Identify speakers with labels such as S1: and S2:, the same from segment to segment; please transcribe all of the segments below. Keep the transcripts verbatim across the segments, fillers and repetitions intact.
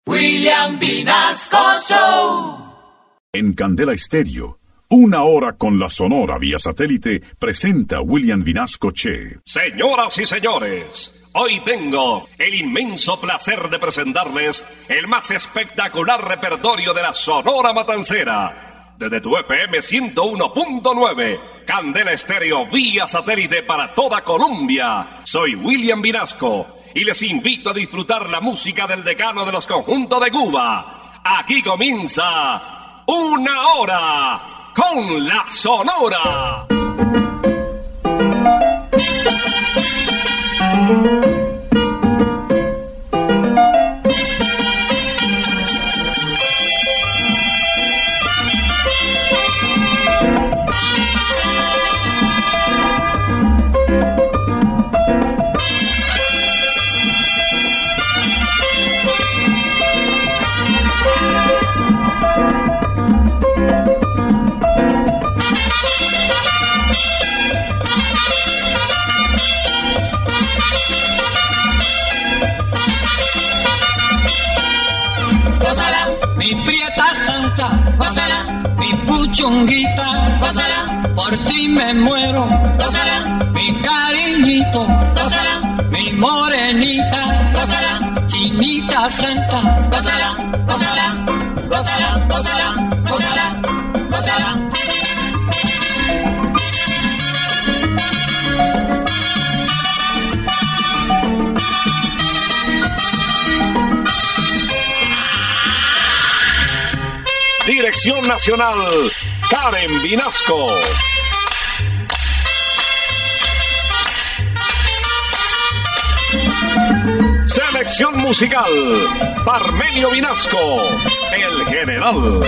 S1: William Vinasco Show.
S2: En Candela Estéreo, una hora con la Sonora vía satélite, presenta William Vinasco Che.
S3: Señoras y señores, hoy tengo el inmenso placer de presentarles el más espectacular repertorio de la Sonora Matancera. Desde tu F M ciento uno punto nueve, Candela Estéreo vía satélite para toda Colombia. Soy William Vinasco y les invito a disfrutar la música del decano de los conjuntos de Cuba. Aquí comienza Una Hora con la Sonora.
S4: Mi prieta santa, gózala, mi puchunguita, gózala, por ti me muero, gózala, mi cariñito, gózala, mi morenita, gózala, chinita santa, gózala, gózala, gózala, gózala, gózala, gózala.
S3: Dirección Nacional, Karen Vinasco. Selección musical, Parmenio Vinasco, el general.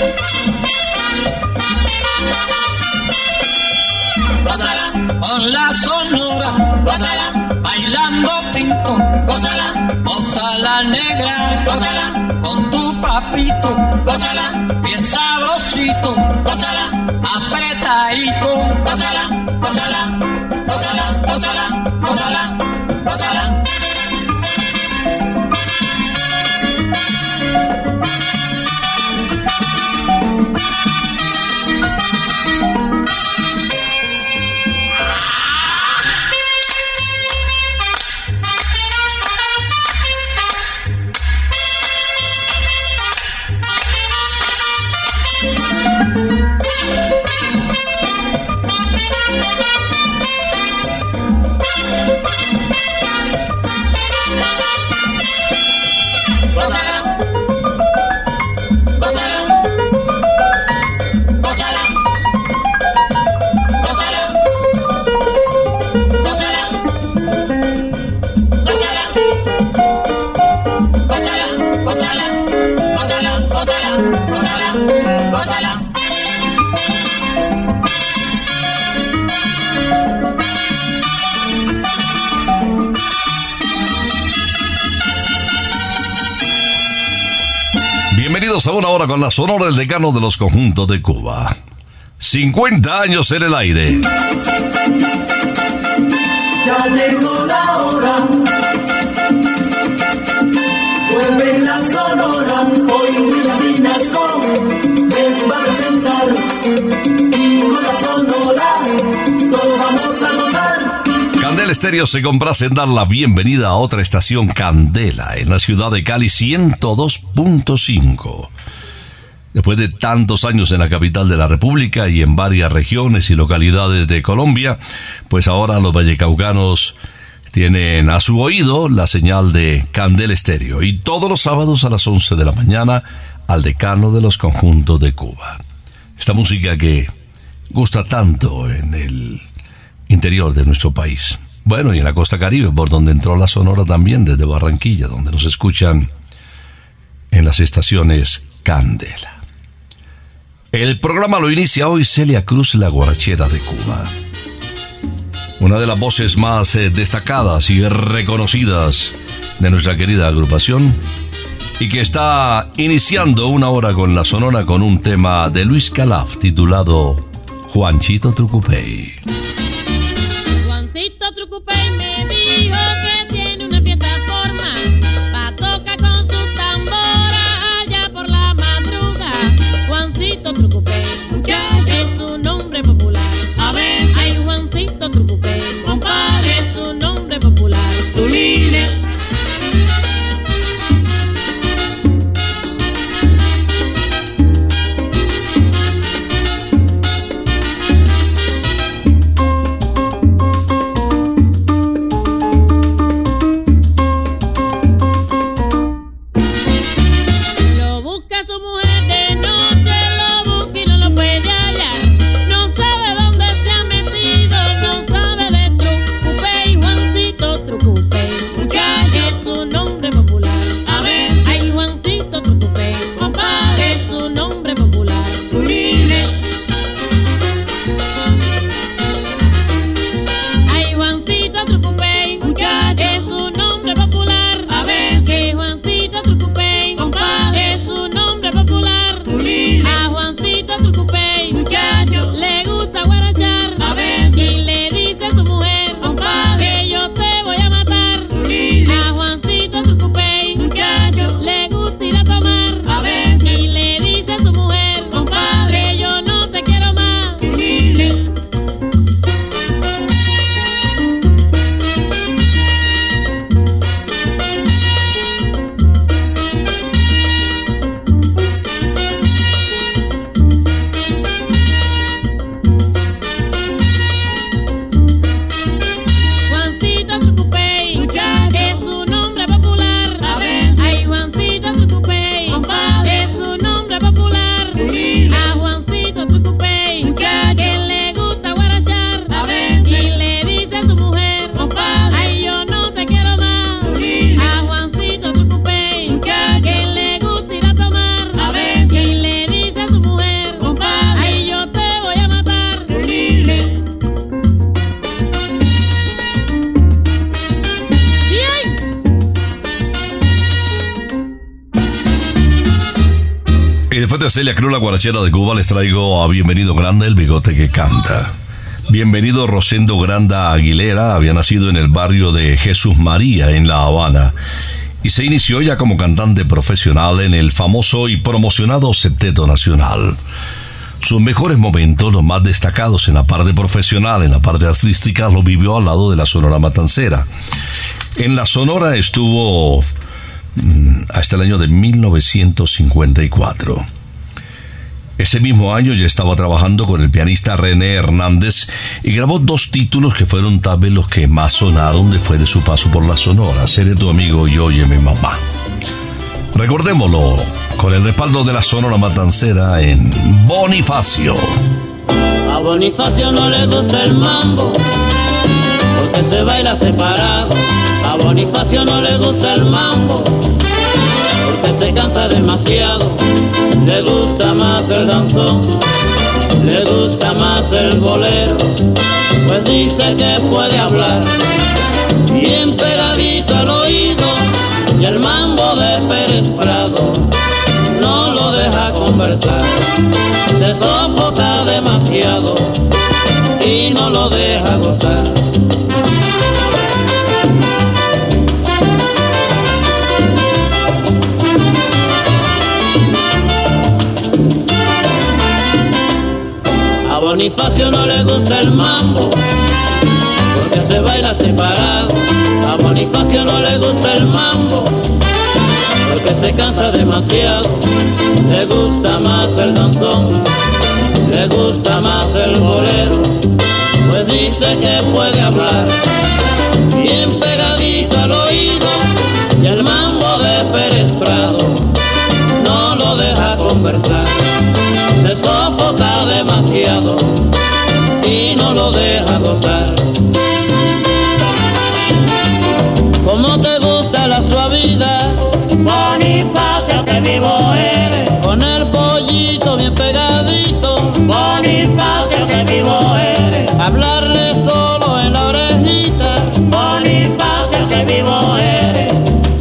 S4: Gózala, con la Sonora, gózala, bailando pinto, gózala, gózala negra, gózala, con tu papito, gózala, bien sabrosito, gózala, apretadito, gózala, gózala, gózala, gózala, gózala, gózala.
S5: Bienvenidos a Una Hora con la Sonora, el decano de los conjuntos de Cuba. cincuenta años en el aire.
S1: Ya llegó la hora. Vuelve la Sonora. Hoy William Vinasco les va a presentar. Y con la Sonora todos vamos a gozar.
S5: Candela Estéreo se complace en dar la bienvenida a otra estación Candela en la ciudad de Cali, ciento dos punto cinco. Después de tantos años en la capital de la República y en varias regiones y localidades de Colombia, pues ahora los vallecaucanos tienen a su oído la señal de Candela Estéreo, y todos los sábados a las once de la mañana al decano de los conjuntos de Cuba. Esta música que gusta tanto en el interior de nuestro país. Bueno, y en la costa caribe, por donde entró la Sonora también, desde Barranquilla, donde nos escuchan en las estaciones Candela. El programa lo inicia hoy Celia Cruz, la guarachera de Cuba. Una de las voces más eh, destacadas y reconocidas de nuestra querida agrupación, y que está iniciando Una Hora con la Sonora con un tema de Luis Calaf titulado Juanchito Trucupey.
S6: Juancito Trucupey me dijo que tiene una fiesta forma pa' tocar con su tambor.
S5: después de Celia Cruz, la guarachera de Cuba, les traigo a Bienvenido Granda, el bigote que canta. Bienvenido Rosendo Granda Aguilera había nacido en el barrio de Jesús María, en La Habana, y se inició ya como cantante profesional en el famoso y promocionado Septeto Nacional. Sus mejores momentos, los más destacados en la parte profesional, en la parte artística, los vivió al lado de la Sonora Matancera. En la Sonora estuvo mmm, hasta el año de mil novecientos cincuenta y cuatro. Ese mismo año ya estaba trabajando con el pianista René Hernández y grabó dos títulos que fueron tal vez los que más sonaron después de su paso por la Sonora: Seré tu amigo y Óyeme mamá. Recordémoslo con el respaldo de la Sonora Matancera en Bonifacio.
S4: A Bonifacio no le gusta el mambo porque se baila separado. A Bonifacio no le gusta el mambo porque se cansa demasiado. Le gusta más el danzón, le gusta más el bolero, pues dice que puede hablar bien pegadito al oído, y el mambo de Pérez Prado no lo deja conversar. Se sofoca demasiado y no lo deja gozar. A Bonifacio no le gusta el mambo porque se baila separado. A Bonifacio no le gusta el mambo porque se cansa demasiado. Le gusta más el danzón, le gusta más el bolero, pues dice que puede hablar bien pegadito al oído, y el mambo de Pérez Prado no lo deja conversar. Se sofoca demasiado y no lo deja gozar. ¿Cómo te gusta la suavidad? Bonifacio, que vivo eres. Con el pollito bien pegadito. Bonifacio, que vivo eres. Hablarle solo en la orejita. Bonifacio, que vivo eres.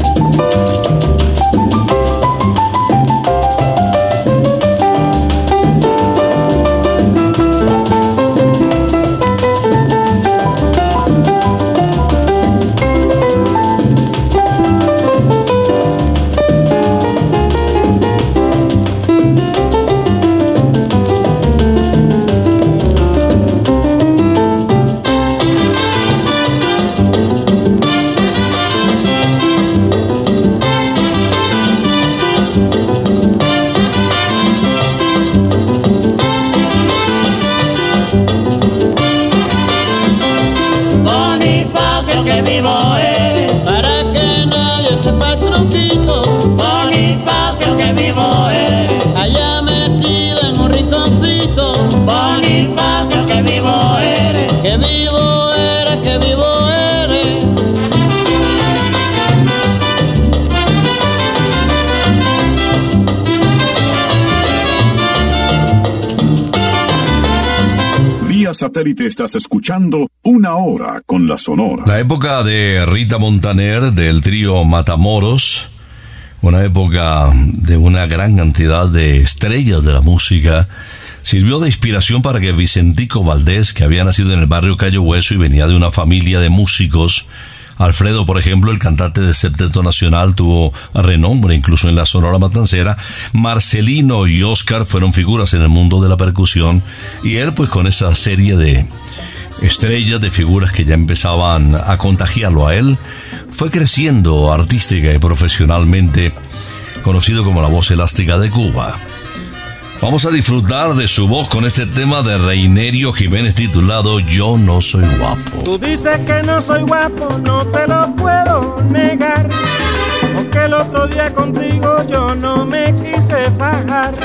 S2: Satélite estás escuchando Una Hora con la Sonora.
S5: La época de Rita Montaner del trío Matamoros, una época de una gran cantidad de estrellas de la música, sirvió de inspiración para que Vicentico Valdés, que había nacido en el barrio Cayo Hueso y venía de una familia de músicos, Alfredo, por ejemplo, el cantante de Septeto Nacional, tuvo renombre incluso en la Sonora Matancera. Marcelino y Oscar fueron figuras en el mundo de la percusión, y él, pues, con esa serie de estrellas, de figuras que ya empezaban a contagiarlo a él, fue creciendo artística y profesionalmente, conocido como la voz elástica de Cuba. Vamos a disfrutar de su voz con este tema de Reinerio Jiménez titulado Yo no soy guapo.
S6: Tú dices que no soy guapo, no te lo puedo negar, porque el otro día contigo yo no me quise fajar.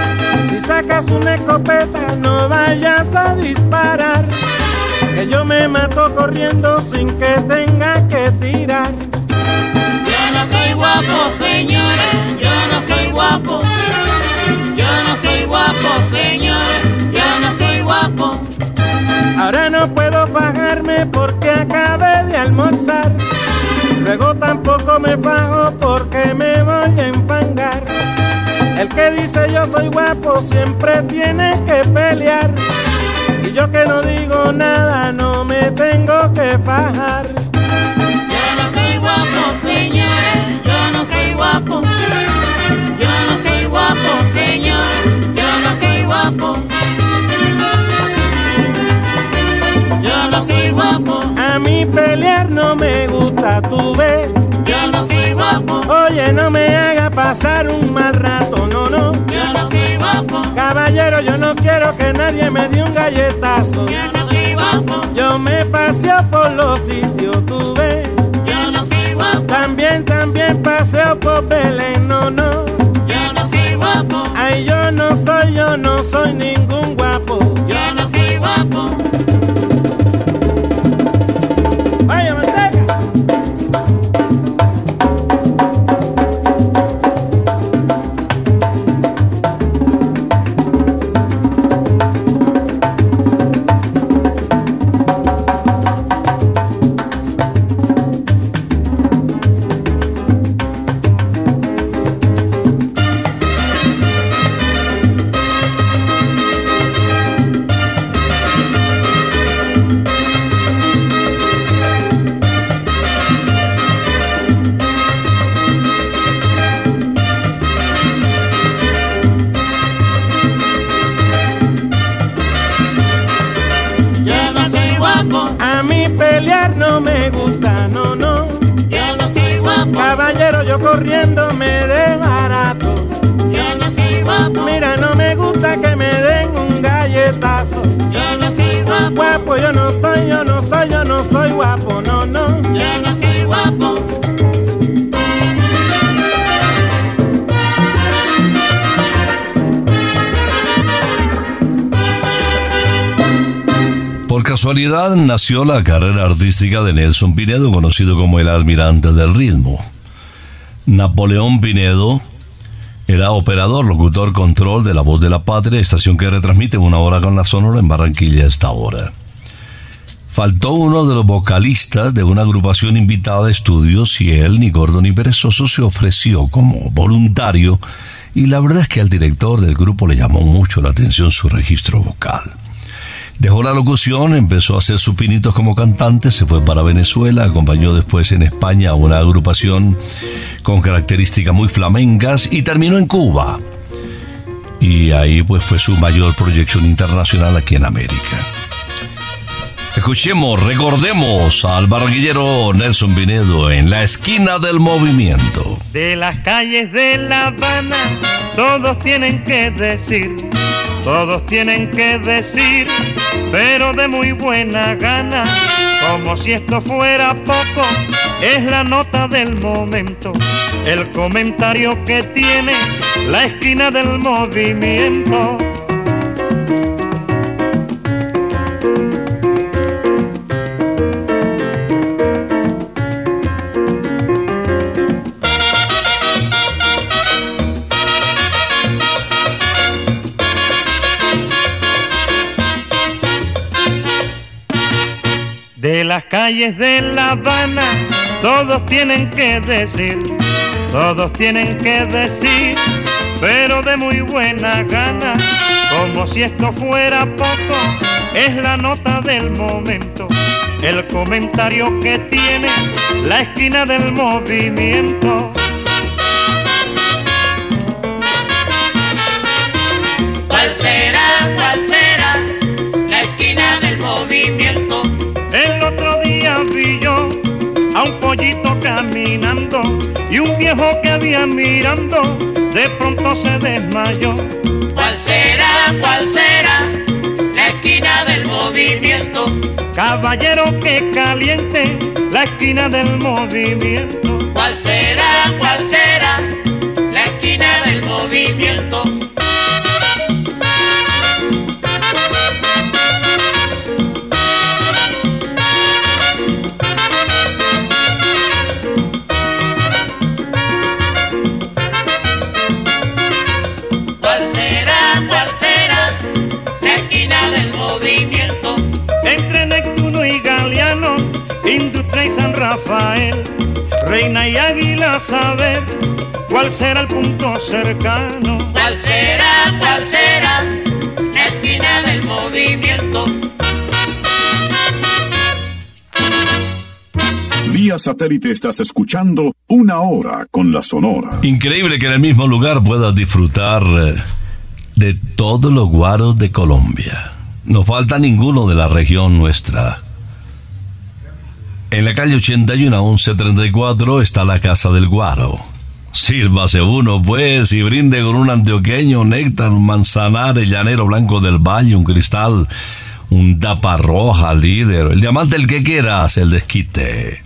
S6: Si sacas una escopeta no vayas a disparar, que yo me mato corriendo sin que tenga que tirar.
S4: Yo no soy guapo, señora, yo no soy guapo. Yo no soy guapo, señor, yo no soy guapo.
S6: Ahora no puedo fajarme porque acabé de almorzar. Luego tampoco me fajo porque me voy a enfangar. El que dice yo soy guapo siempre tiene que pelear. Y yo que no digo nada no me tengo que fajar.
S4: Yo no soy guapo, señores, yo no soy guapo. Yo no soy guapo, señor, yo no soy guapo. Yo no soy guapo.
S6: A mí pelear no me gusta, tú ves.
S4: Yo no soy guapo.
S6: Oye, no me haga pasar un mal rato, no, no.
S4: Yo no soy guapo.
S6: Caballero, yo no quiero que nadie me dé un galletazo.
S4: Yo no soy guapo.
S6: Yo me paseo por los sitios, tú ves.
S4: Yo no soy guapo.
S6: También, también paseo por Belén, no, no.
S4: Yo no soy guapo.
S6: Ay, yo no soy, yo no soy ningún guapo.
S4: Yo no soy guapo.
S6: Vaya, manteca. A mí pelear no me gusta, no, no.
S4: Yo no soy guapo.
S6: Caballero, yo corriendo me de barato.
S4: Yo no soy guapo.
S6: Mira, no me gusta que me den un galletazo.
S4: Yo no soy guapo.
S6: Guapo, yo no soy, yo no soy, yo no soy guapo, no, no.
S4: Yo no soy guapo.
S5: Por casualidad nació la carrera artística de Nelson Pinedo, conocido como el almirante del ritmo. Napoleón Pinedo era operador, locutor, control de La Voz de la Patria, estación que retransmite Una Hora con la Sonora en Barranquilla a esta hora. Faltó uno de los vocalistas de una agrupación invitada de estudios y él, ni gordo ni perezoso, se ofreció como voluntario y la verdad es que al director del grupo le llamó mucho la atención su registro vocal. Dejó la locución, empezó a hacer sus pinitos como cantante, se fue para Venezuela, acompañó después en España a una agrupación con características muy flamencas y terminó en Cuba. Y ahí pues fue su mayor proyección internacional aquí en América. Escuchemos, recordemos al barranquillero Nelson Pinedo en La Esquina del Movimiento.
S6: De las calles de La Habana todos tienen que decir, todos tienen que decir, pero de muy buena gana, como si esto fuera poco, es la nota del momento, el comentario que tiene La Esquina del Movimiento. De las calles de La Habana todos tienen que decir, todos tienen que decir, pero de muy buena gana, como si esto fuera poco, es la nota del momento, el comentario que tiene La Esquina del Movimiento.
S4: ¿Cuál será, cuál será la esquina del movimiento?
S6: El otro día vi yo a un pollito caminando y un viejo que había mirando de pronto se desmayó.
S4: ¿Cuál será, cuál será la esquina del movimiento?
S6: Caballero, que caliente la esquina del movimiento.
S4: ¿Cuál será, cuál será la esquina del movimiento?
S6: Entre Neptuno y Galeano, Industria y San Rafael, reina y águila, saber cuál será el punto cercano.
S7: ¿Cuál será, cuál será la esquina del movimiento?
S2: Vía satélite estás escuchando Una Hora con la Sonora.
S5: Increíble que en el mismo lugar puedas disfrutar de todos los guaros de Colombia. No falta ninguno de la región nuestra. En la calle ochenta y uno, once treinta y cuatro está la Casa del Guaro. Sírvase uno, pues, y brinde con un antioqueño, néctar, un manzanar, el llanero blanco del valle, un cristal, un tapa roja, líder, el diamante, el que quieras, el desquite.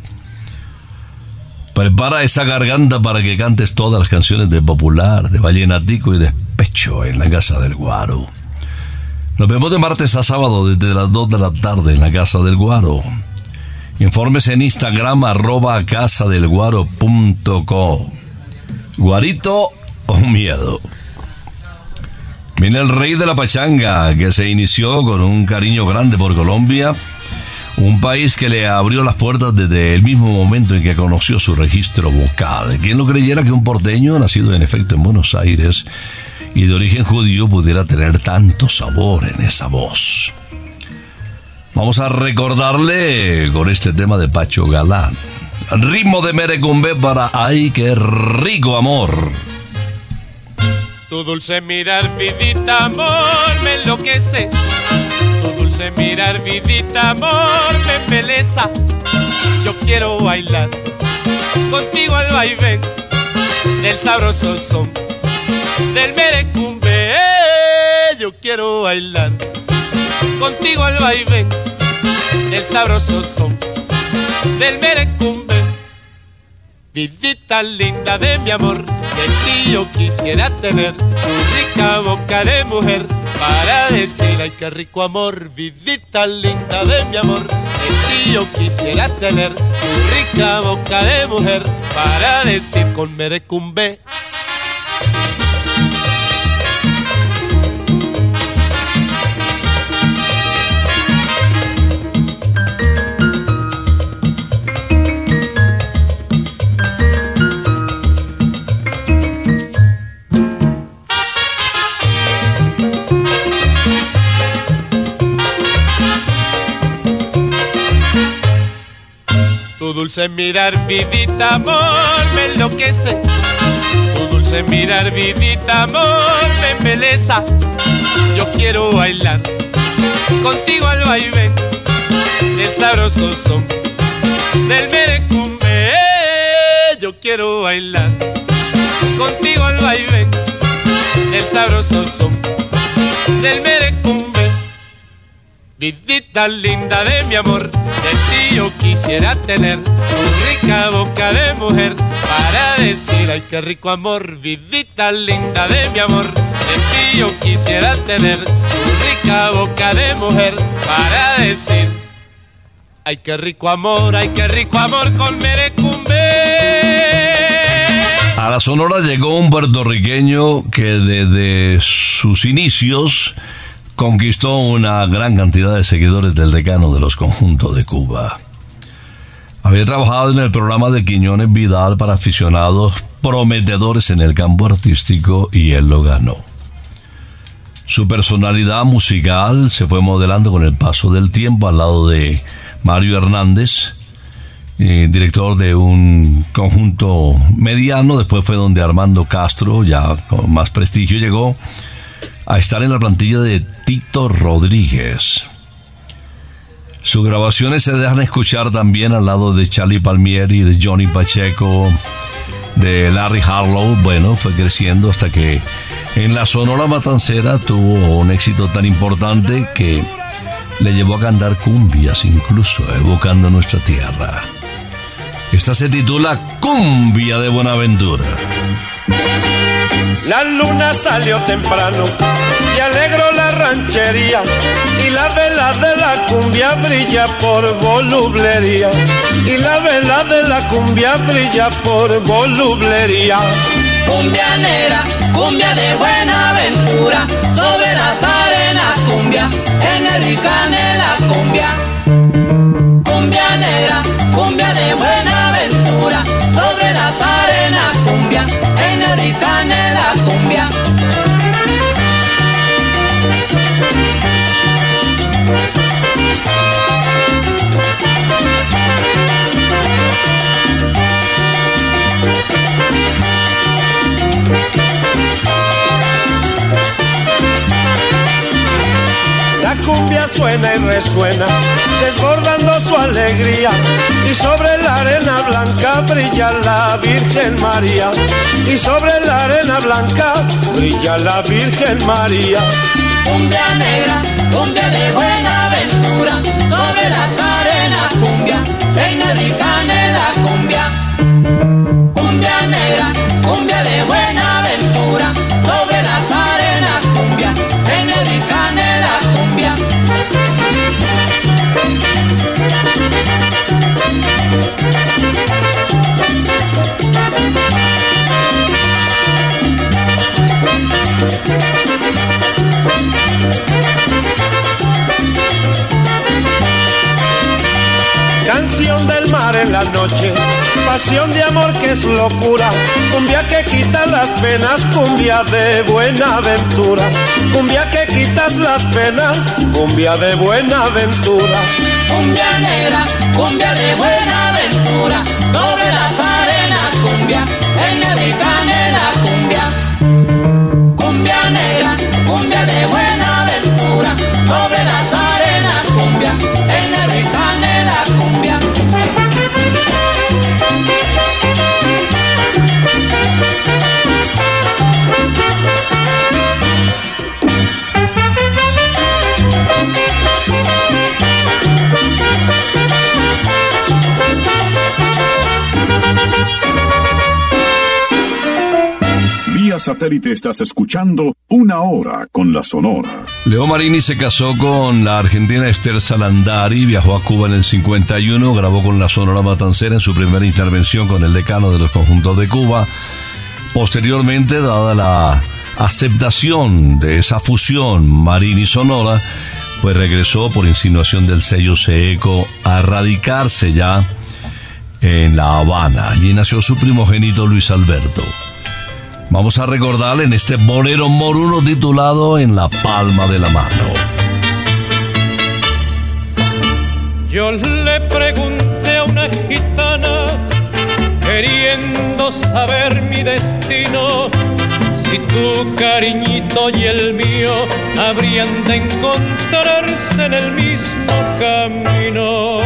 S5: Prepara esa garganta para que cantes todas las canciones de popular, de vallenatico y despecho en la Casa del Guaro. Nos vemos de martes a sábado desde las dos de la tarde en la Casa del Guaro. Informes en Instagram, arroba casadelguaro punto co. Guarito o miedo. Viene el rey de la pachanga, que se inició con un cariño grande por Colombia, un país que le abrió las puertas desde el mismo momento en que conoció su registro vocal. Quien no creyera que un porteño, nacido en efecto en Buenos Aires y de origen judío, pudiera tener tanto sabor en esa voz. Vamos a recordarle con este tema de Pacho Galán. Ritmo de merecumbe para Ay, qué rico amor.
S8: Tu dulce mirar, vidita, amor, me enloquece. Tu dulce mirar, vidita, amor, me embeleza. Yo quiero bailar contigo al vaivén del sabroso son del merecumbe. Yo quiero bailar contigo al vaivén del sabroso son del merecumbe. Vidita linda de mi amor, de ti yo quisiera tener tu rica boca de mujer para decir ay qué rico amor. Vidita linda de mi amor, de ti yo quisiera tener tu rica boca de mujer para decir con merecumbe. Tu dulce mirar, vidita, amor, me enloquece. Tu dulce mirar, vidita, amor, me embeleza. Yo quiero bailar contigo al vaivén del sabroso son del merecumbe. Yo quiero bailar contigo al vaivén del sabroso son del merecumbe. Vidita linda de mi amor, de ti yo quisiera tener tu rica boca de mujer para decir ay qué rico amor. Vidita linda de mi amor, de ti yo quisiera tener tu rica boca de mujer para decir ay qué rico amor, ay qué rico amor con merecumbe.
S5: A la Sonora llegó un puertorriqueño que desde sus inicios conquistó una gran cantidad de seguidores del decano de los conjuntos de Cuba. Había trabajado en el programa de Quiñones Vidal para aficionados prometedores en el campo artístico y él lo ganó. Su personalidad musical se fue modelando con el paso del tiempo al lado de Mario Hernández, eh, director de un conjunto mediano. Después fue donde Armando Castro, ya con más prestigio, llegó a estar en la plantilla de Tito Rodríguez. Sus grabaciones se dejan escuchar también al lado de Charlie Palmieri, de Johnny Pacheco, de Larry Harlow. Bueno, fue creciendo hasta que en la Sonora Matancera tuvo un éxito tan importante que le llevó a cantar cumbias, incluso evocando nuestra tierra. Esta se titula Cumbia de Buenaventura.
S8: La luna salió temprano y alegró la ranchería y la vela de la cumbia brilla por volublería y la vela de la cumbia brilla por volublería.
S7: Cumbia negra, cumbia de Buenaventura, sobre las arenas cumbia, en el Ricane la cumbia. Cumbia negra, cumbia de Buenaventura, Enrican en la cumbia.
S9: La cumbia suena y resuena, desbordando su alegría, y sobre la arena blanca brilla la Virgen María, y sobre la arena blanca brilla la Virgen María.
S7: Cumbia negra, cumbia de Buenaventura, sobre las arenas cumbia, en Enrican en la cumbia. Cumbia negra, cumbia de Buenaventura, sobre las arenas cumbia, en Enrican en la cumbia.
S9: Canción del mar en la noche, pasión de amor que es locura, cumbia que quita las penas, cumbia de Buenaventura, cumbia que quitas las penas, cumbia de Buenaventura.
S7: Cumbia negra, cumbia de Buenaventura, sobre las arenas cumbia, en Enrican en la cumbia. Cumbia negra, cumbia de Buenaventura, sobre las arenas cumbia, en Enrican en la cumbia.
S2: Vía satélite estás escuchando Una Hora con la Sonora.
S5: Leo Marini se casó con la argentina Esther Salandari, viajó a Cuba en el cincuenta y uno, grabó con la Sonora Matancera en su primera intervención con el decano de los conjuntos de Cuba. Posteriormente, dada la aceptación de esa fusión Marini-Sonora, pues regresó por insinuación del sello Seeco a radicarse ya en La Habana. Allí nació su primogénito Luis Alberto. Vamos a recordarle en este bolero moruno titulado En la palma de la mano.
S10: Yo le pregunté a una gitana, queriendo saber mi destino, si tu cariñito y el mío habrían de encontrarse en el mismo camino.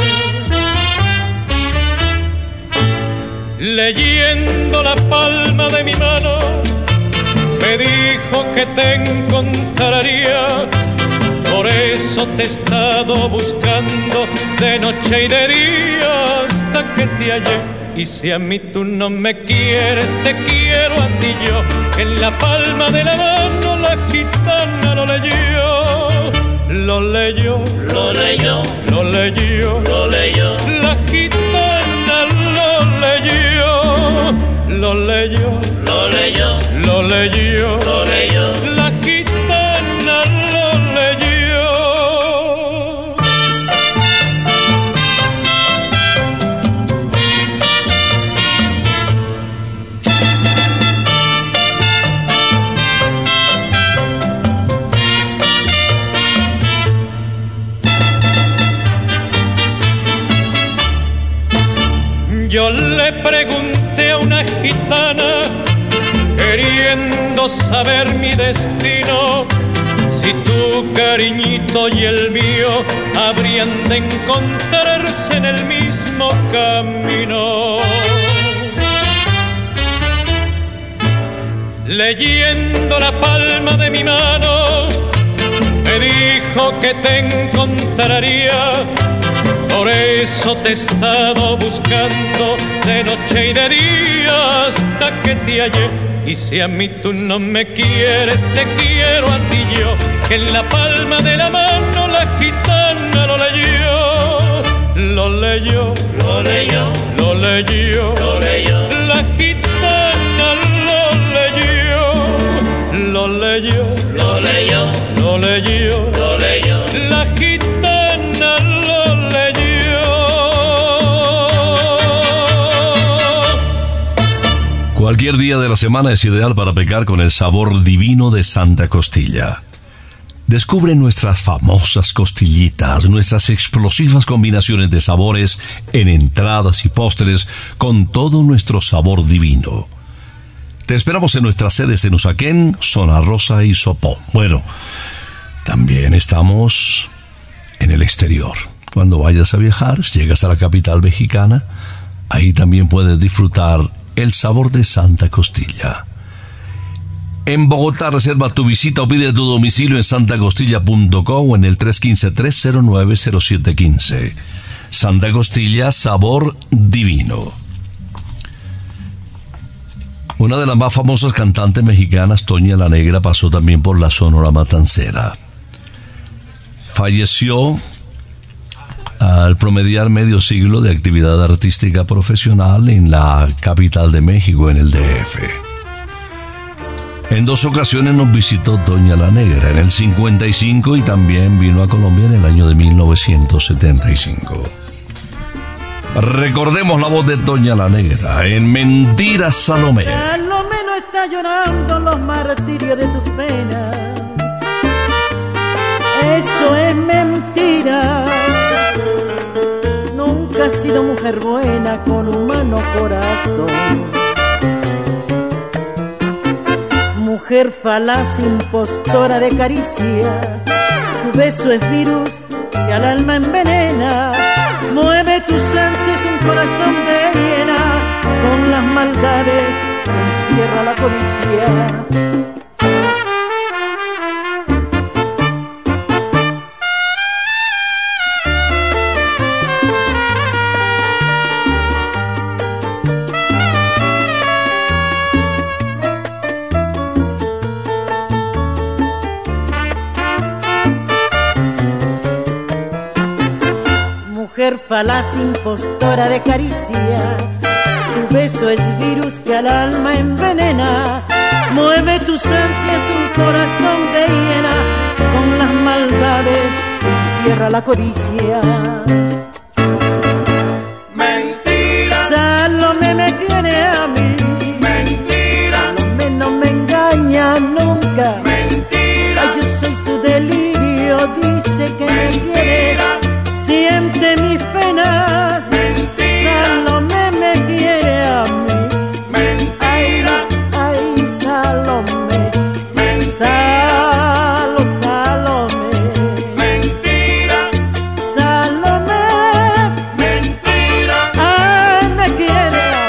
S10: Leyendo la palma de mi mano, me dijo que te encontraría. Por eso te he estado buscando de noche y de día hasta que te hallé. Y si a mí tú no me quieres, te quiero a ti yo. En la palma de la mano la gitana lo leyó. Lo leyó,
S4: lo leyó,
S10: lo leyó,
S4: lo leyó.
S10: La gitana lo leyó, lo leyó,
S4: lo leyó,
S10: lo leyó,
S4: lo leyó.
S10: La gitana lo leyó. Yo le pregunté a una gitana, queriendo saber mi destino, si tu cariñito y el mío habrían de encontrarse en el mismo camino. Leyendo la palma de mi mano, me dijo que te encontraría. Por eso te he estado buscando de noche y de día hasta que te hallé. Y si a mí tú no me quieres, te quiero a ti yo. Que en la palma de la mano la gitana lo leyó. Lo leyó,
S4: lo leyó,
S10: lo leyó,
S4: lo leyó.
S10: La gitana lo leyó. Lo leyó,
S4: lo leyó,
S10: lo leyó,
S4: lo leyó.
S10: La gitana lo leyó.
S5: Cualquier día de la semana es ideal para pecar con el sabor divino de Santa Costilla. Descubre nuestras famosas costillitas, nuestras explosivas combinaciones de sabores en entradas y postres con todo nuestro sabor divino. Te esperamos en nuestras sedes en Usaquén, Zona Rosa y Sopó. Bueno, también estamos en el exterior. Cuando vayas a viajar, llegas a la capital mexicana, ahí también puedes disfrutar el sabor de Santa Costilla. En Bogotá, reserva tu visita o pide tu domicilio en santa costilla punto co o en el tres uno cinco, tres cero nueve, cero siete uno cinco. Santa Costilla, sabor divino. Una de las más famosas cantantes mexicanas, Toña la Negra, pasó también por la Sonora Matancera. Falleció al promediar medio siglo de actividad artística profesional en la capital de México, en el D F. En dos ocasiones nos visitó Doña la Negra, en el cincuenta y cinco, y también vino a Colombia en el año de mil novecientos setenta y cinco. Recordemos la voz de Doña la Negra en Mentiras, Salomé.
S11: Salomé no está llorando los martirios de tus penas. Eso es mentira. Nunca has sido mujer buena con humano corazón. Mujer falaz, impostora de caricias, tu beso es virus que al alma envenena. Mueve tus ansias un corazón de hiena, con las maldades encierra la codicia. Mujer falaz, impostora de caricias, tu beso es virus que al alma envenena. Mueve tus ansias un corazón de hiena, con las maldades encierra la codicia.
S1: Mentira.
S11: Salomé me quiere a mí.
S1: Mentira.
S11: Salomé no me engaña nunca.
S1: Mentira.
S11: Ay, yo soy su delirio, dice que me quiere. Siente mis penas.
S1: Mentira.
S11: Salomé me quiere a mí.
S1: Mentira.
S11: Ay, ay, Salomé.
S1: Mentira.
S11: Salo, Salomé.
S1: Mentira.
S11: Salomé.
S1: Mentira.
S11: Ay, me quiere a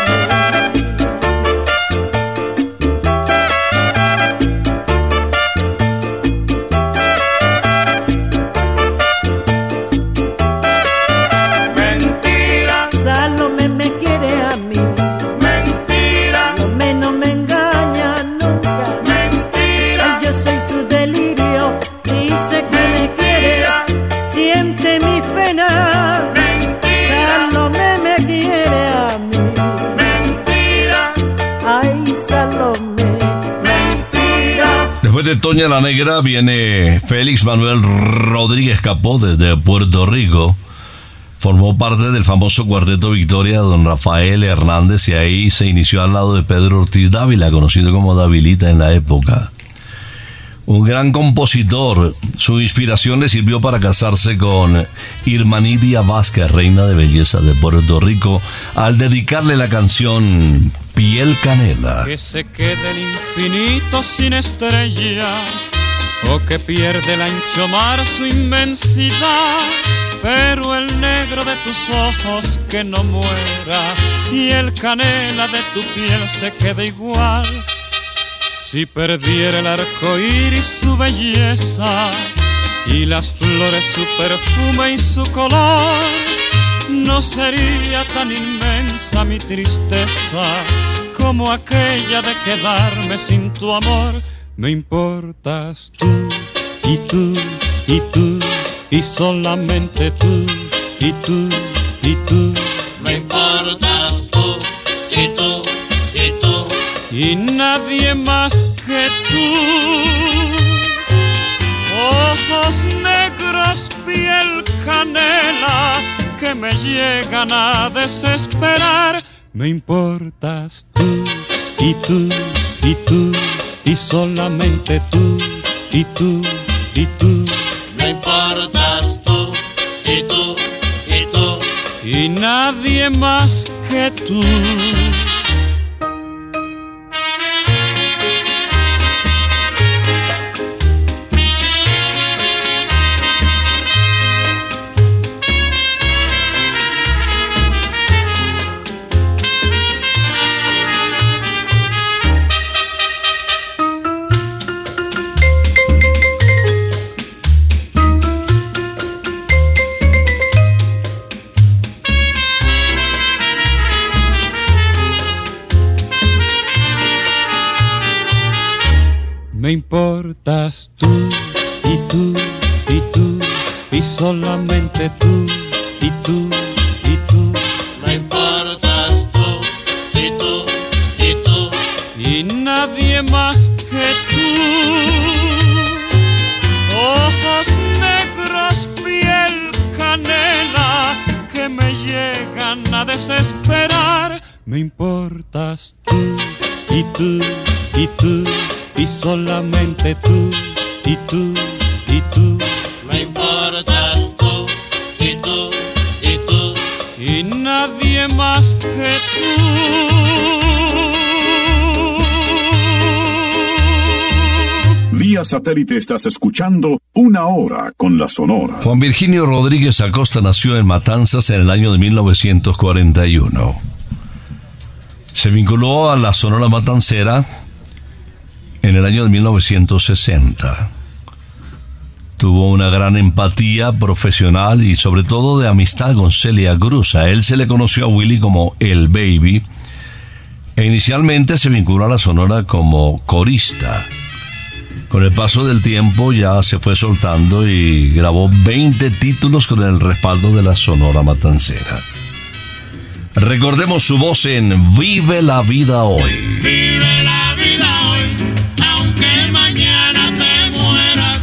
S1: Mentira.
S11: Salomé me quiere a mí.
S1: Mentira.
S11: Salomé no me engaña nunca.
S1: Mentira.
S11: Ay, yo soy su delirio, dice que me quiere. Siente mi pena.
S1: Mentira.
S11: Salomé me quiere a mí.
S1: Mentira.
S11: Ay, Salomé.
S1: Mentira.
S5: Después de Toña la Negra viene Félix Manuel Rodríguez Capó desde Puerto Rico. Formó parte del famoso Cuarteto Victoria, don Rafael Hernández, y ahí se inició al lado de Pedro Ortiz Dávila, conocido como Davilita en la época. Un gran compositor, su inspiración le sirvió para casarse con Irmanidia Vázquez, reina de belleza de Puerto Rico, al dedicarle la canción Piel Canela.
S10: Que se quede el infinito sin estrellas, o que pierde el ancho mar su inmensidad, pero el negro de tus ojos que no muera, y el canela de tu piel se quede igual. Si perdiera el arco iris su belleza, y las flores su perfume y su color, no sería tan inmensa mi tristeza como aquella de quedarme sin tu amor. Me importas tú, y tú, y tú, y solamente tú, y tú, y tú.
S4: Me importas tú, y tú, y tú,
S10: y nadie más que tú. Ojos negros, piel canela, que me llegan a desesperar. Me importas tú,
S12: y tú, y tú, y solamente tú, y tú, y tú.
S4: Me importas tú, y tú, y tú,
S12: y nadie más que tú. Me importas tú, y tú, y tú, y solamente tú, y tú, y tú.
S4: Me importas tú, y tú, y tú,
S12: y nadie más que tú. Ojos negros, piel canela, que me llegan a desesperar. Me importas tú, y tú, y tú, y solamente tú, y tú, y tú.
S4: Me importas tú, y tú, y tú,
S12: y nadie más que tú.
S2: Vía satélite estás escuchando Una Hora con la Sonora.
S5: Juan Virginio Rodríguez Acosta nació en Matanzas en el año de mil novecientos cuarenta y uno. Se vinculó a la Sonora Matancera en el año de mil novecientos sesenta. Tuvo una gran empatía profesional y sobre todo de amistad con Celia Cruz. A él se le conoció a Willy como el Baby e inicialmente se vinculó a la Sonora como corista. Con el paso del tiempo ya se fue soltando y grabó veinte títulos con el respaldo de la Sonora Matancera. Recordemos su voz en Vive la Vida Hoy.
S4: Vive la vida hoy, aunque mañana te mueras.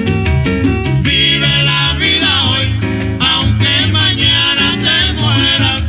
S4: Vive la vida hoy, aunque mañana te mueras.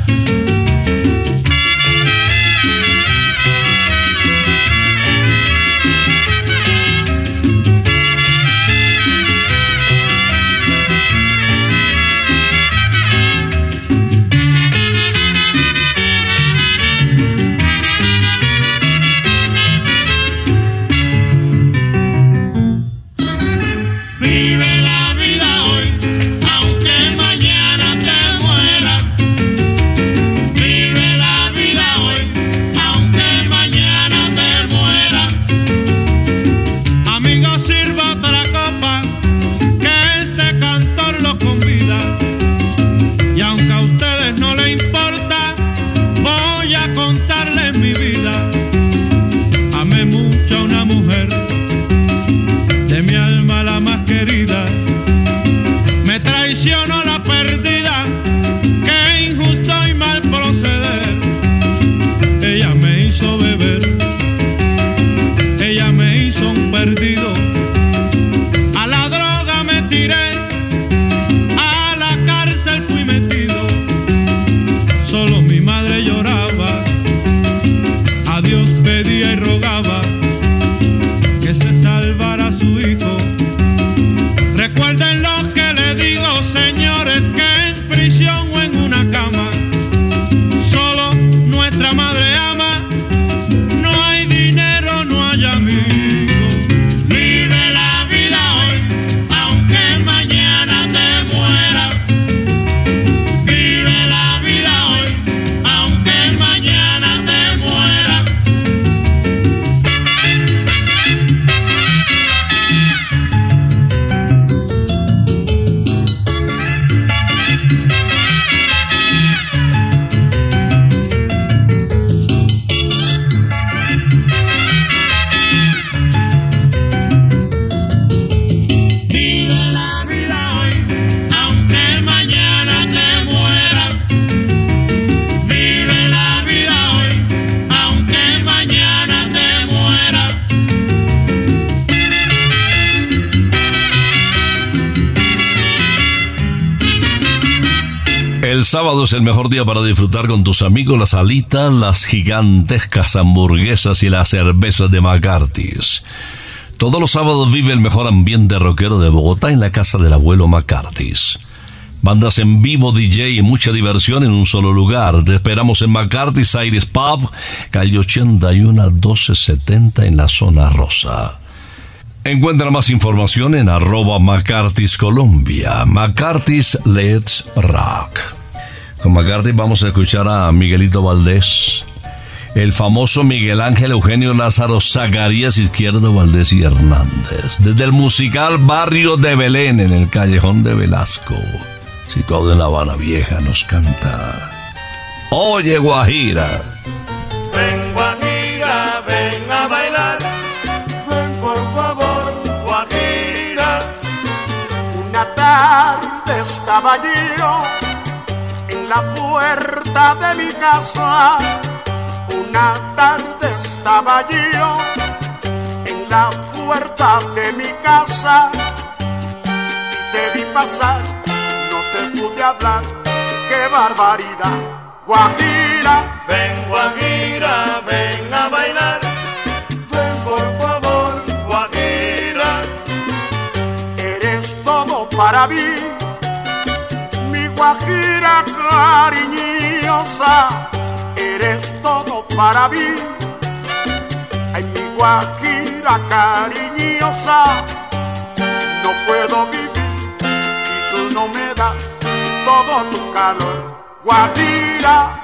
S5: El sábado es el mejor día para disfrutar con tus amigos las alitas, las gigantescas hamburguesas y las cervezas de McCarthy's. Todos los sábados vive el mejor ambiente rockero de Bogotá en la casa del abuelo McCarthy's. Bandas en vivo, D J y mucha diversión en un solo lugar. Te esperamos en McCarthy's Aires Pub, calle ochenta y uno, doce setenta en la zona rosa. Encuentra más información en arroba McCarthy's Colombia. McCarthy's Let's Rock. Con McCarthy's vamos a escuchar a Miguelito Valdés, el famoso Miguel Ángel Eugenio Lázaro Zacarías Izquierdo Valdés y Hernández, desde el musical Barrio de Belén en el Callejón de Velasco, situado en La Habana Vieja, nos canta Oye Guajira.
S9: Ven Guajira, ven a bailar, ven por favor Guajira. Una tarde estaba yo en la puerta de mi casa. Una tarde estaba yo en la puerta de mi casa y te vi pasar, no te pude hablar, qué barbaridad. Guajira, ven Guajira, ven a bailar, ven por favor Guajira. Eres todo para mí, mi Guajira cariñosa. Eres todo para mí, ay mi Guajira cariñosa. No puedo vivir si tú no me das todo tu calor, Guajira.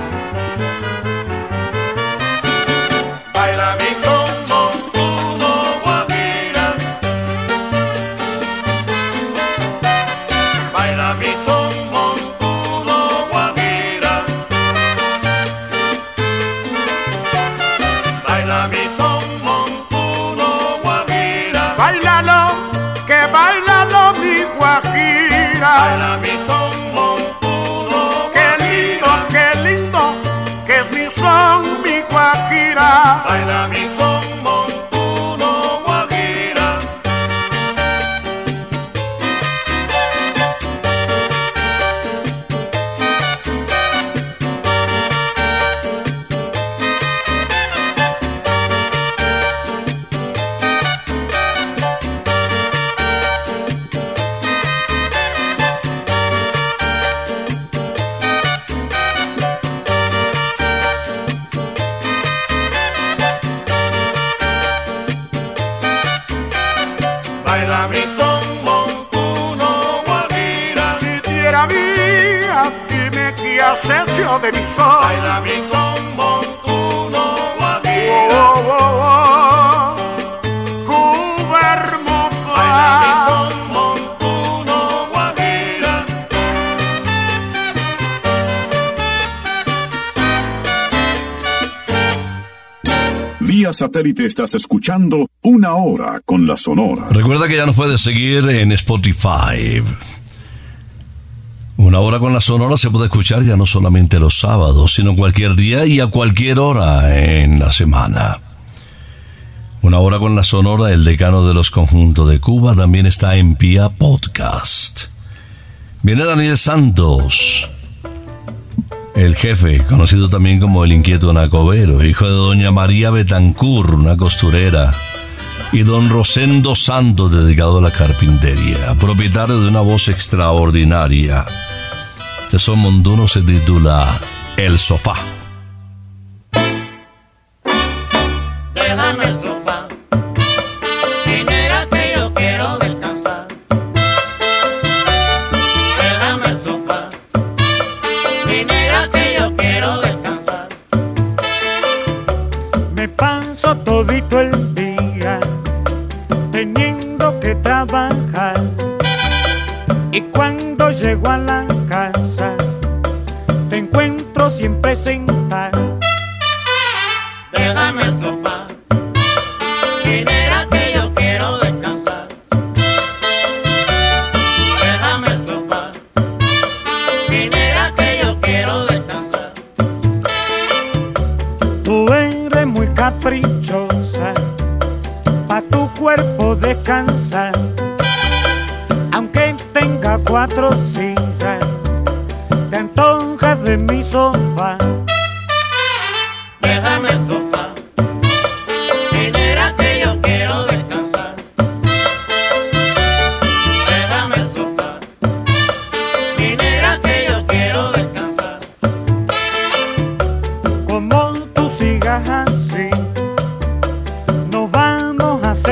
S9: Baila mi son montuno, Guajira. Baila mi son montuno, Guajira. Baila mi son montuno, Guajira. Bailalo, que bailalo mi Guajira. Baila mi son montuno, qué lindo, qué lindo, que es mi son, mi Guajira. Baila mi son montuno, Guajira. Baila mi son montuno, Guajira. Si diera mía, dime qué has hecho de mi son. Baila mi son montuno, Guajira. Oh, oh, oh, oh. Cuba hermosa. Baila mi son montuno, Guajira.
S2: Vía satélite estás escuchando Una Hora con la Sonora.
S5: Recuerda que ya nos puedes seguir en Spotify. Una Hora con la Sonora se puede escuchar ya no solamente los sábados, sino cualquier día y a cualquier hora en la semana. Una Hora con la Sonora, el decano de los conjuntos de Cuba, también está en Pia Podcast. Viene Daniel Santos, el jefe, conocido también como el inquieto Nacobero, hijo de doña María Betancur, una costurera, y don Rosendo Santos, dedicado a la carpintería, propietario de una voz extraordinaria. Este son montuno, se titula El Sofá.
S7: Déjame el sofá, que mira que yo quiero descansar. Déjame el sofá, que mira que yo quiero descansar.
S6: Me paso todito el día teniendo que trabajar, y cuando llego a la casa te encuentro siempre sentado.
S7: Déjame el sofá, que mira que yo quiero descansar. Déjame el sofá, que mira que yo quiero descansar.
S6: Tú eres muy caprichosa, pa' tu cuerpo descansar. Aunque tenga cuatro sillas, te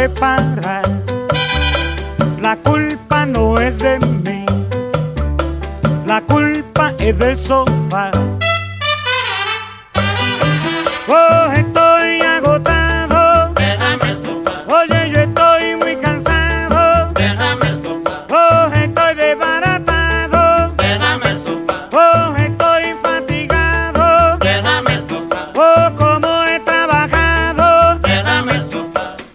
S6: separar. La culpa no es de mí, la culpa es del sofá. Oh, estoy agotado,
S7: déjame el sofá.
S6: Oye, yo estoy muy cansado,
S7: déjame el sofá.
S6: Oh, estoy desbaratado,
S7: déjame el sofá.
S6: Oh, estoy fatigado,
S7: déjame el sofá.
S6: Oh, cómo he trabajado,
S7: déjame el sofá.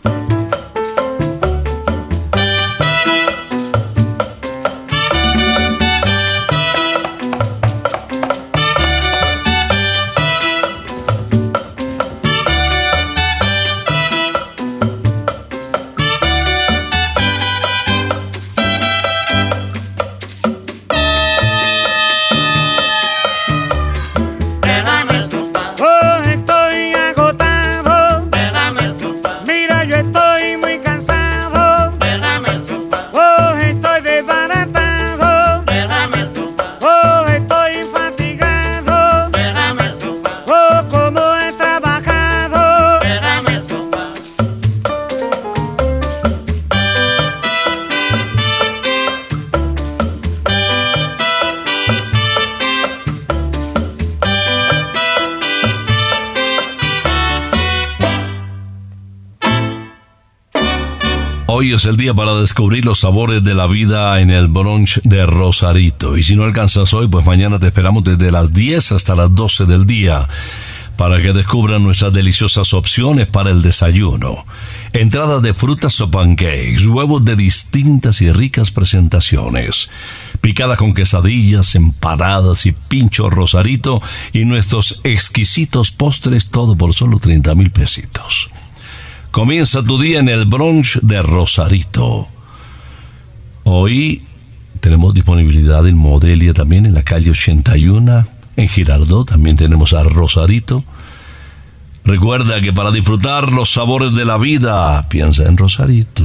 S5: Hoy es el día para descubrir los sabores de la vida en el brunch de Rosarito. Y si no alcanzas hoy, pues mañana te esperamos desde las diez hasta las doce del día para que descubran nuestras deliciosas opciones para el desayuno. Entradas de frutas o pancakes, huevos de distintas y ricas presentaciones, picadas con quesadillas, empanadas y pincho Rosarito y nuestros exquisitos postres, todo por solo treinta mil pesitos. Comienza tu día en el brunch de Rosarito. Hoy tenemos disponibilidad en Modelia, también en la calle ochenta y uno, en Girardot también tenemos a Rosarito. Recuerda que para disfrutar los sabores de la vida, piensa en Rosarito.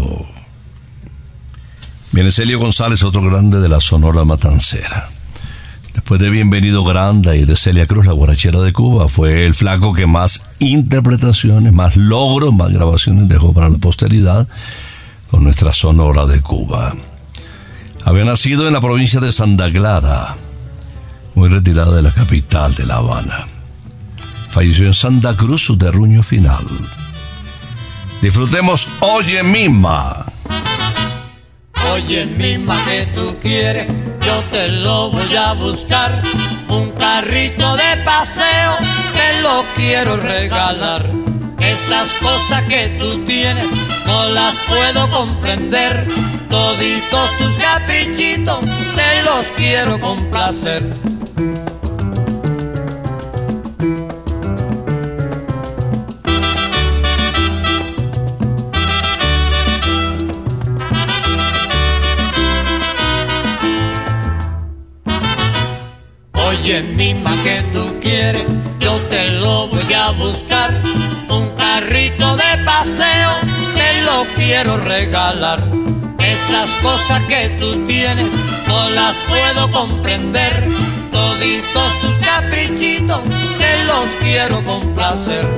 S5: Viene Celio González, otro grande de la Sonora Matancera. Después de Bienvenido Granda y de Celia Cruz, la guarachera de Cuba, fue el flaco que más interpretaciones, más logros, más grabaciones dejó para la posteridad con nuestra Sonora de Cuba. Había nacido en la provincia de Santa Clara, muy retirada de la capital de La Habana. Falleció en Santa Cruz, su terruño final. Disfrutemos Oye Mima.
S7: Oye, mima, que tú quieres, yo te lo voy a buscar. Un carrito de paseo, te lo quiero regalar. Esas cosas que tú tienes, no las puedo comprender. Toditos tus caprichitos, te los quiero complacer. Oye, mima, que tú quieres, yo te lo voy a buscar. Un carrito de paseo, te lo quiero regalar. Esas cosas que tú tienes, no las puedo comprender. Toditos tus caprichitos, te los quiero complacer.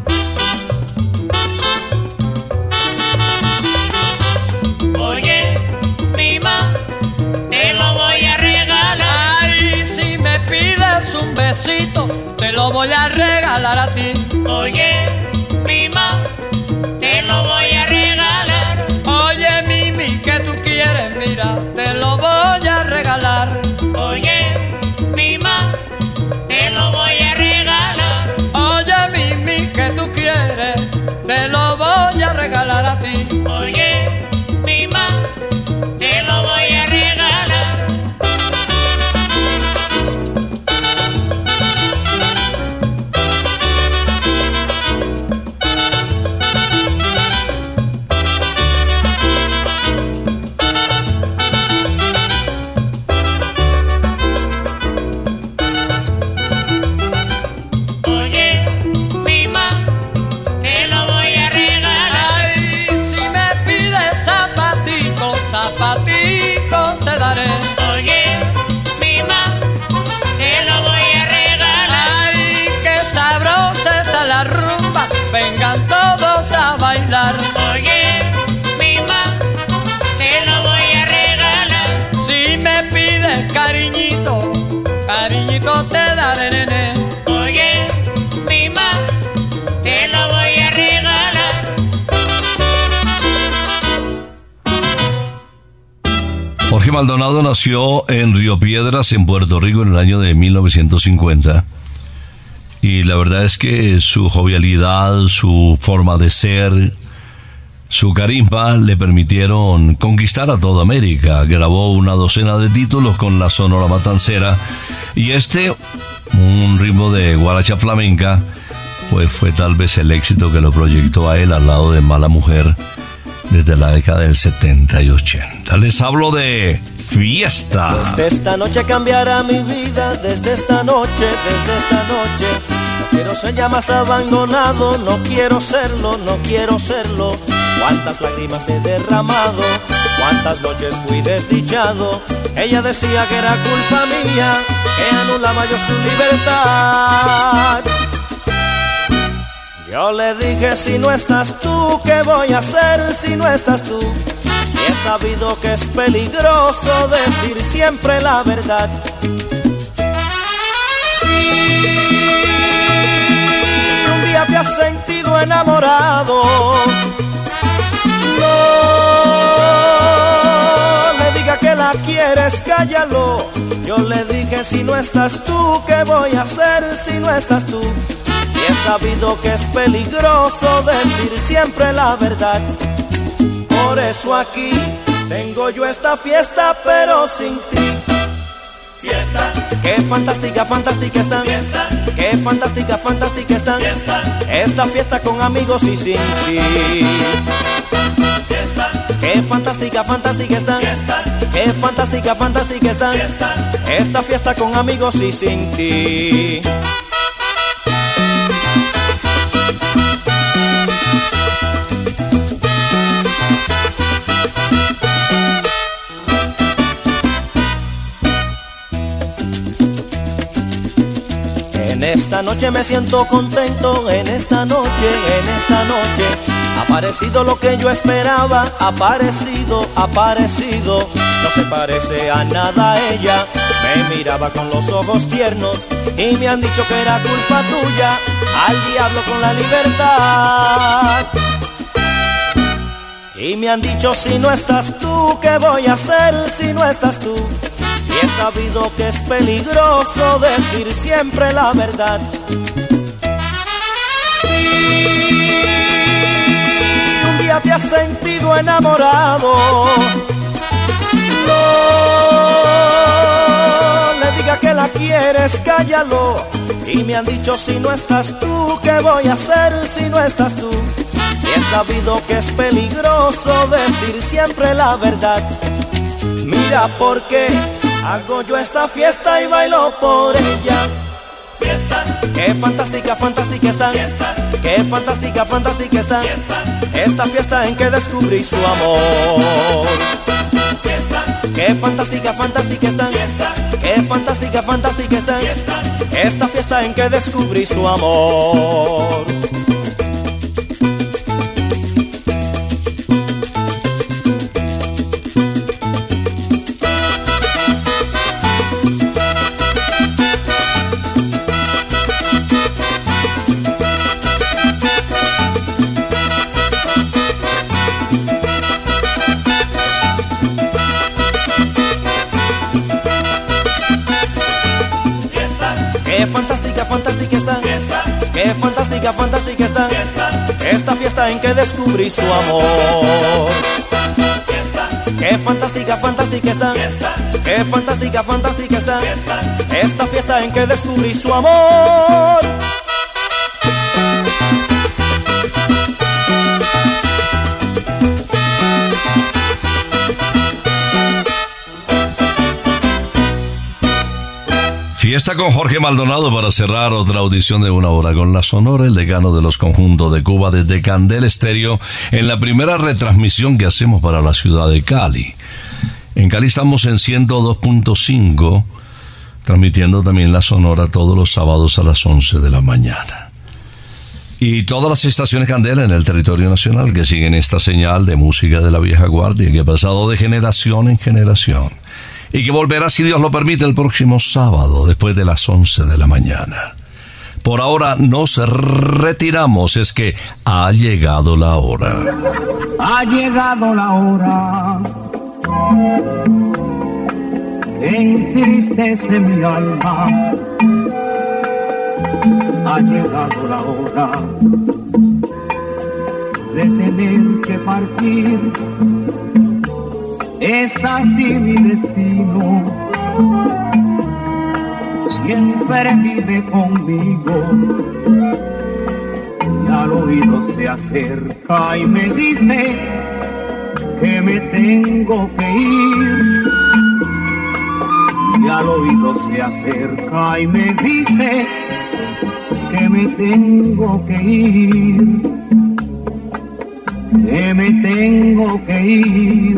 S7: Oye, mima, te lo voy a regalar. Ay, si me pides un besito, te lo voy a regalar a ti. Oye, mima, te lo voy a regalar. Oye, Mimi, ¿qué tú quieres? Mira, te lo voy a regalar. Oye, mima, te lo voy a regalar. Oye, Mimi, ¿qué tú quieres? Te lo voy a regalar a ti. Oye, mima, te lo voy a regalar. Oye, mima, te lo voy a regalar. Ay, si me pides
S5: Jorge Maldonado nació en Río Piedras, en Puerto Rico, en el año de mil novecientos cincuenta. Y la verdad es que su jovialidad, su forma de ser, su carisma le permitieron conquistar a toda América. Grabó una docena de títulos con la Sonora Matancera. Y este, un ritmo de guaracha flamenca, pues fue tal vez el éxito que lo proyectó a él al lado de Mala Mujer desde la década del setenta y ochenta. Les hablo de Fiesta.
S13: Desde esta noche cambiará mi vida, desde esta noche, desde esta noche. No quiero ser ya más abandonado, no quiero serlo, no quiero serlo. Cuántas lágrimas he derramado, cuántas noches fui desdichado. Ella decía que era culpa mía, que anulaba yo su libertad. Yo le dije, si no estás tú, ¿qué voy a hacer si no estás tú? Y he sabido que es peligroso decir siempre la verdad. Si un día te has sentido enamorado, no le diga que la quieres, cállalo. Yo le dije, si no estás tú, ¿qué voy a hacer si no estás tú? Y he sabido que es peligroso decir siempre la verdad. Por eso aquí tengo yo esta fiesta, pero sin ti. Fiesta. Qué fantástica, fantástica están. Fiesta. Qué fantástica, fantástica están. Fiesta. Esta fiesta con amigos y sin ti. Fiesta. Qué fantástica, fantástica están. Fiesta. Qué fantástica, fantástica están. Fiesta. Esta fiesta con amigos y sin ti. En esta noche me siento contento, en esta noche, en esta noche ha aparecido lo que yo esperaba, ha aparecido, ha aparecido. No se parece a nada a ella, me miraba con los ojos tiernos y me han dicho que era culpa tuya, al diablo con la libertad. Y me han dicho, si no estás tú, ¿qué voy a hacer si no estás tú? Y he sabido que es peligroso decir siempre la verdad. Si un día te has sentido enamorado, no le diga que la quieres, cállalo. Y me han dicho, si no estás tú, ¿qué voy a hacer si no estás tú? Y he sabido que es peligroso decir siempre la verdad. Mira por qué hago yo esta fiesta y bailo por ella. Fiesta. Qué fantástica, fantástica están. Fiesta. Qué fantástica, fantástica están. Fiesta. Esta fiesta en que descubrí su amor. Fiesta. Qué fantástica, fantástica están. Fiesta. Qué fantástica, fantástica están. Fiesta. Esta fiesta en que descubrí su amor. Qué fantástica, fantástica están. Fiesta. Qué fantástica, fantástica están. Fiesta. Esta fiesta en que descubrí su amor. Fiesta. Qué fantástica, fantástica están. Fiesta. Qué fantástica, fantástica están. Fiesta. Esta fiesta en que descubrí su amor.
S5: Fiesta con Jorge Maldonado para cerrar otra audición de una hora con la Sonora, el decano de los conjuntos de Cuba desde Candela Estéreo, en la primera retransmisión que hacemos para la ciudad de Cali. En Cali estamos en ciento dos punto cinco, transmitiendo también la Sonora todos los sábados a las once de la mañana. Y todas las estaciones Candela en el territorio nacional que siguen esta señal de música de la vieja guardia que ha pasado de generación en generación. Y que volverá, si Dios lo permite, el próximo sábado, después de las once de la mañana. Por ahora nos retiramos, es que ha llegado la hora.
S14: Ha llegado la hora entristece mi alma. Ha llegado la hora de tener que partir, es así mi destino, siempre vive conmigo. Y al oído se acerca y me dice que me tengo que ir. Y al oído se acerca y me dice que me tengo que ir, que me tengo que ir,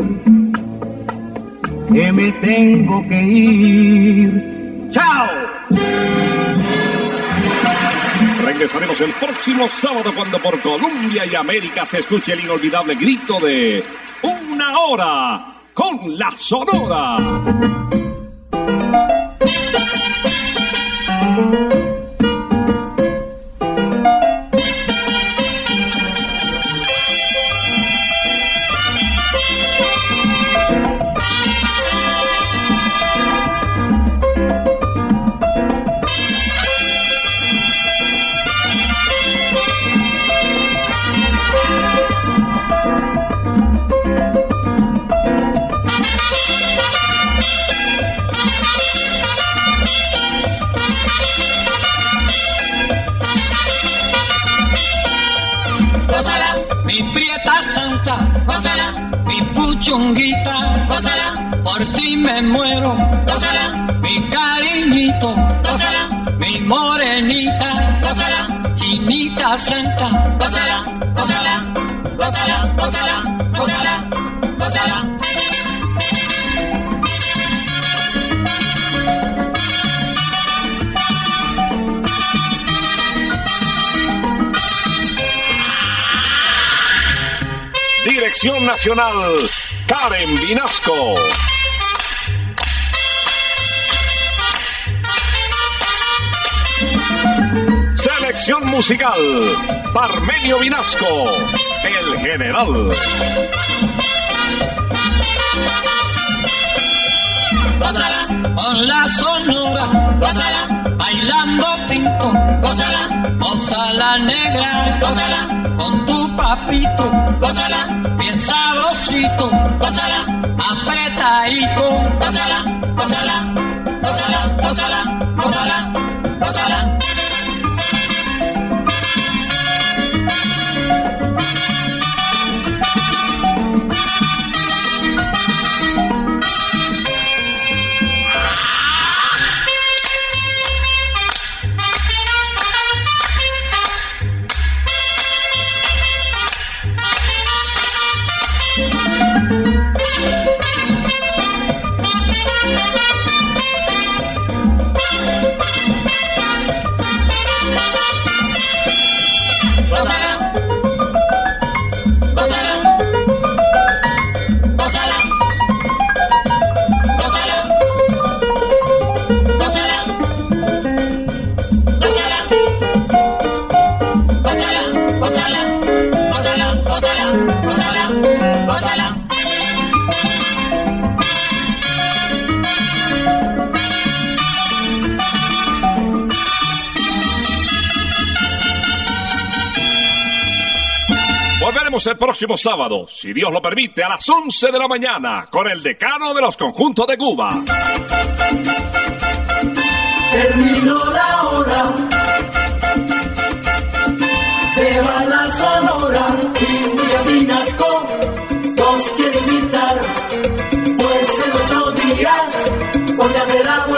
S14: que me tengo que ir. ¡Chao!
S3: Regresaremos el próximo sábado cuando por Colombia y América se escuche el inolvidable grito de Una Hora con la Sonora.
S15: Chunguita, gózala, por ti me muero, gózala, mi cariñito, gózala, mi morenita, gózala, chinita santa, gózala, gózala, gózala, gózala, gózala, gózala.
S3: Dirección Nacional, Karen Vinasco. Selección musical, Parmenio Vinasco, el general.
S15: Gózala, con la Sonora, gózala, bailando pinto, gózala, gózala negra, gózala, con tu papito, gózala, bien sabrosito, gózala, apretadito, gózala, gózala, gózala, gózala, gózala, gózala.
S3: El próximo sábado, si Dios lo permite, a las once de la mañana, con el decano de los conjuntos de Cuba.
S1: Terminó la hora, se va la Sonora, y William Vinasco los quiere invitar, pues en ocho días, por la de la